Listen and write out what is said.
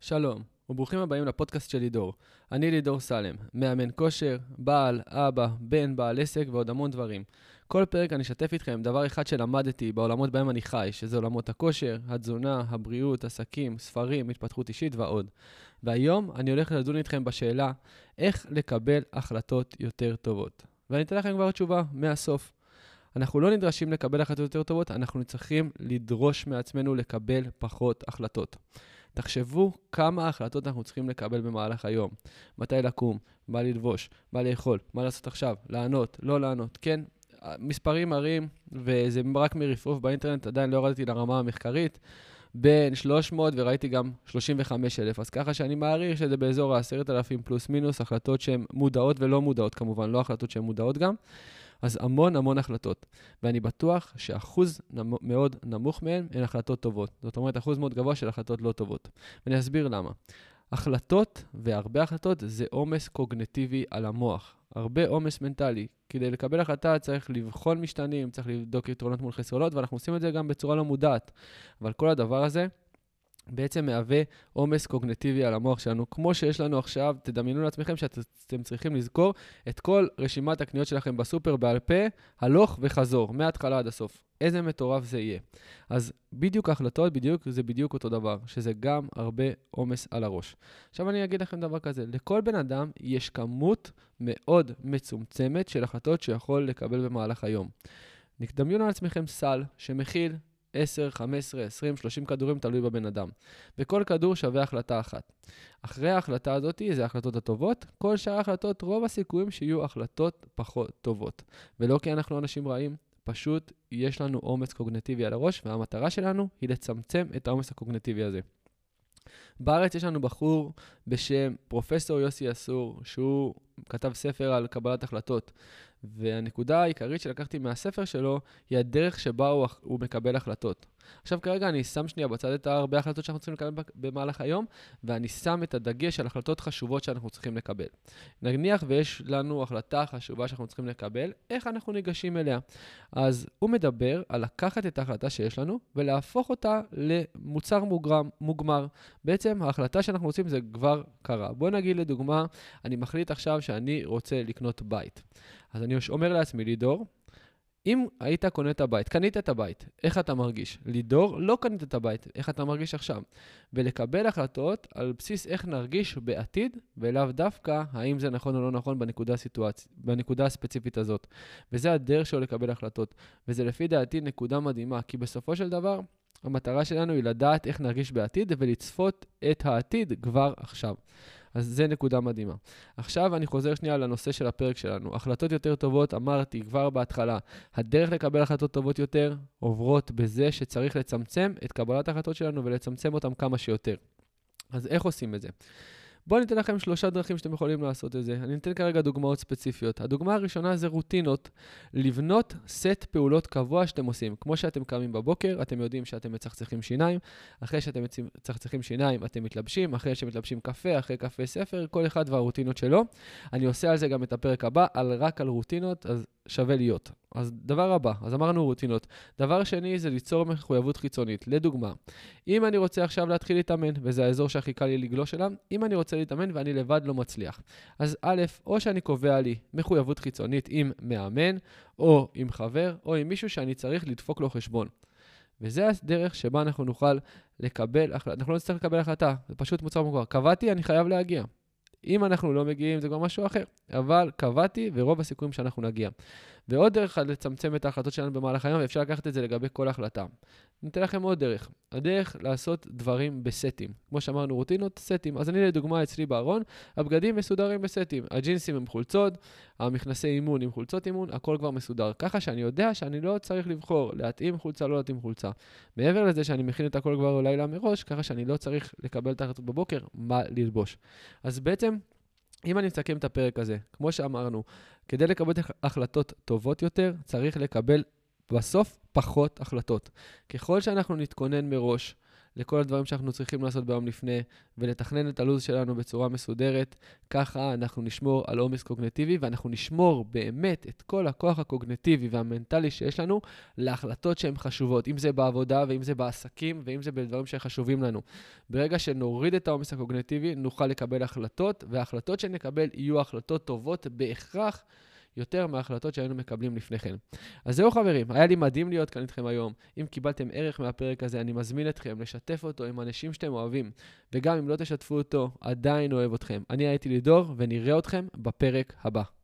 שלום, וברוכים הבאים לפודקאסט של לידור. אני לידור סלם, מאמן כושר, בעל, אבא, בן, בעל עסק ועוד המון דברים. כל פרק אני אשתף איתכם דבר אחד שלמדתי בעולמות בהם אני חי, שזה עולמות הכושר, התזונה, הבריאות, עסקים, ספרים, התפתחות אישית ועוד. והיום אני הולך לדון איתכם בשאלה איך לקבל החלטות יותר טובות. ואני אתן לכם כבר תשובה מהסוף. אנחנו לא נדרשים לקבל החלטות יותר טובות, אנחנו צריכים לדרוש מעצמנו לקבל פחות החלטות. תחשבו כמה החלטות אנחנו צריכים לקבל במהלך היום. מתי לקום, מה ללבוש, מה לאכול, מה לעשות עכשיו, לענות, לא לענות. כן, מספרים מראים, וזה רק מרפרוף באינטרנט, עדיין לא ירדתי לרמה המחקרית, בין 300 וראיתי גם 35,000. אז ככה שאני מעריך שזה באזור ה10,000 פלוס מינוס, החלטות שהן מודעות ולא מודעות כמובן, לא החלטות שהן מודעות גם. אז המון החלטות, ואני בטוח שאחוז מאוד נמוך מהן הן החלטות טובות. זאת אומרת, אחוז מאוד גבוה של החלטות לא טובות. ואני אסביר למה. החלטות, והרבה החלטות, זה עומס קוגניטיבי על המוח. הרבה עומס מנטלי. כדי לקבל החלטה צריך לבחון משתנים, צריך לבדוק יתרונות מול חסרונות, ואנחנו עושים את זה גם בצורה לא מודעת. אבל כל הדבר הזה בעצם מהווה עומס קוגניטיבי על המוח שלנו. כמו שיש לנו עכשיו, תדמיינו לעצמכם שאתם צריכים לזכור את כל רשימת הקניות שלכם בסופר בעל פה, הלוך וחזור, מההתחלה עד הסוף. איזה מטורף זה יהיה. אז בדיוק ההחלטות, זה בדיוק אותו דבר, שזה גם הרבה עומס על הראש. עכשיו אני אגיד לכם דבר כזה, לכל בן אדם יש כמות מאוד מצומצמת של החלטות שיכול לקבל במהלך היום. דמיינו לעצמכם סל שמכיל 10, 15, 20, 30 כדורים, תלוי בבן אדם. וכל כדור שווה החלטה אחת. אחרי ההחלטה הזאת, זה ההחלטות הטובות. כל שאר ההחלטות, רוב הסיכויים שיהיו החלטות פחות טובות. ולא כי אנחנו אנשים רעים, פשוט יש לנו עומס קוגניטיבי על הראש, והמטרה שלנו היא לצמצם את העומס הקוגניטיבי הזה. בארץ יש לנו בחור בשם פרופסור יוסי אסור, שהוא כתב ספר על קבלת החלטות. והנקודה העיקרית שלקחתי מהספר שלו היא הדרך שבה הוא מקבל החלטות. עכשיו כרגע אני שם שנייה בצד את הרבה החלטות שאנחנו צריכים לקבל במהלך היום, ואני שם את הדגש על החלטות חשובות שאנחנו צריכים לקבל. נניח ויש לנו החלטה חשובה שאנחנו צריכים לקבל, איך אנחנו ניגשים אליה? אז הוא מדבר על לקחת את ההחלטה שיש לנו ולהפוך אותה למוצר מוגמר. בעצם ההחלטה שאנחנו רוצים זה כבר קרה. בוא נגיד לדוגמה, אני מחליט עכשיו שאני רוצה לקנות בית. אז אני אומר לעצמי, לידור, אם היית קונה את הבית, קנית את הבית, איך אתה מרגיש? לידור, לא קנית את הבית, איך אתה מרגיש עכשיו? ולקבל החלטות על בסיס איך נרגיש בעתיד, ולאו דווקא האם זה נכון או לא נכון בנקודה הספציפית הזאת. וזה הדרך שלו לקבל החלטות. וזה לפי דעתי נקודה מדהימה, כי בסופו של דבר, המטרה שלנו היא לדעת איך נרגיש בעתיד, ולצפות את העתיד כבר עכשיו. אז זה נקודה מדהימה. עכשיו אני חוזר שנייה לנושא של הפרק שלנו. החלטות יותר טובות, אמרתי כבר בהתחלה, הדרך לקבל החלטות טובות יותר עוברות בזה שצריך לצמצם את קבלת ההחלטות שלנו ולצמצם אותם כמה שיותר. אז איך עושים את זה? בואו ניתן לכם 3 דרכים שאתם יכולים לעשות את זה. אני ניתן כרגע דוגמאות ספציפיות. הדוגמה הראשונה זה רוטינות. לבנות סט פעולות קבוע שאתם עושים. כמו שאתם קמים בבוקר, אתם יודעים שאתם מצחצחים שיניים. אחרי שאתם מצחצחים שיניים, אתם מתלבשים. אחרי שמתלבשים קפה, אחרי קפה ספר, כל אחד והרוטינות שלו. אני עושה על זה גם את הפרק הבא, רק על רוטינות, אז שווה להיות. אז דבר הבא, אז אמרנו רוטינות. דבר שני זה ליצור מחויבות חיצונית. לדוגמה, אם אני רוצה עכשיו להתחיל להתאמן, וזה האזור שהכי קל לי לגלוש אליו, אם אני רוצה להתאמן ואני לבד לא מצליח. אז א', או שאני קובע לי מחויבות חיצונית עם מאמן, או עם חבר, או עם מישהו שאני צריך לדפוק לו חשבון. וזה הדרך שבה אנחנו נוכל לקבל החלטה. אנחנו לא נצטרך לקבל החלטה, זה פשוט מוצר מוכר. קבעתי, אני חייב להגיע. אם אנחנו לא מגיעים, זה כבר משהו אחר. אבל קבעתי, ורוב הסיכויים שאנחנו נגיע. ועוד דרך לצמצם את ההחלטות שלנו במהלך היום, ואפשר לקחת את זה לגבי כל החלטה. ניתן לכם עוד דרך. הדרך לעשות דברים בסטים. כמו שאמרנו, רוטינות, סטים. אז אני לדוגמה אצלי בארון, הבגדים מסודרים בסטים. הג'ינסים הם חולצות, המכנסי אימון עם חולצות אימון, הכל כבר מסודר. ככה שאני יודע שאני לא צריך לבחור להתאים חולצה, לא להתאים חולצה. מעבר לזה שאני מכין את הכל כבר לילה מראש, ככה שאני לא צריך לקבל את ההחלטות בבוקר, מה ללבוש. אז בעצם, אם אני מסכם את הפרק הזה, כמו שאמרנו, כדי לקבל החלטות טובות יותר, צריך לקבל בסוף פחות החלטות. ככל שאנחנו נתכונן מראש לכל הדברים שאנחנו צריכים לעשות ביום לפני, ולתכנן את הלו"ז שלנו בצורה מסודרת. ככה אנחנו נשמור על עומס קוגניטיבי, ואנחנו נשמור באמת את כל הכוח הקוגניטיבי והמנטלי שיש לנו להחלטות שהן חשובות, אם זה בעבודה ואם זה בעסקים ואם זה בדברים שחשובים לנו. ברגע שנוריד את העומס הקוגניטיבי, נוכל לקבל החלטות, וההחלטות שנקבל יהיו החלטות טובות בהכרח יותר מההחלטות שהיינו מקבלים לפני כן. אז זהו חברים, היה לי מדהים להיות כאן איתכם היום. אם קיבלתם ערך מהפרק הזה, אני מזמין אתכם לשתף אותו עם אנשים שאתם אוהבים. וגם אם לא תשתפו אותו, עדיין אוהב אתכם. אני הייתי לידור, ונראה אתכם בפרק הבא.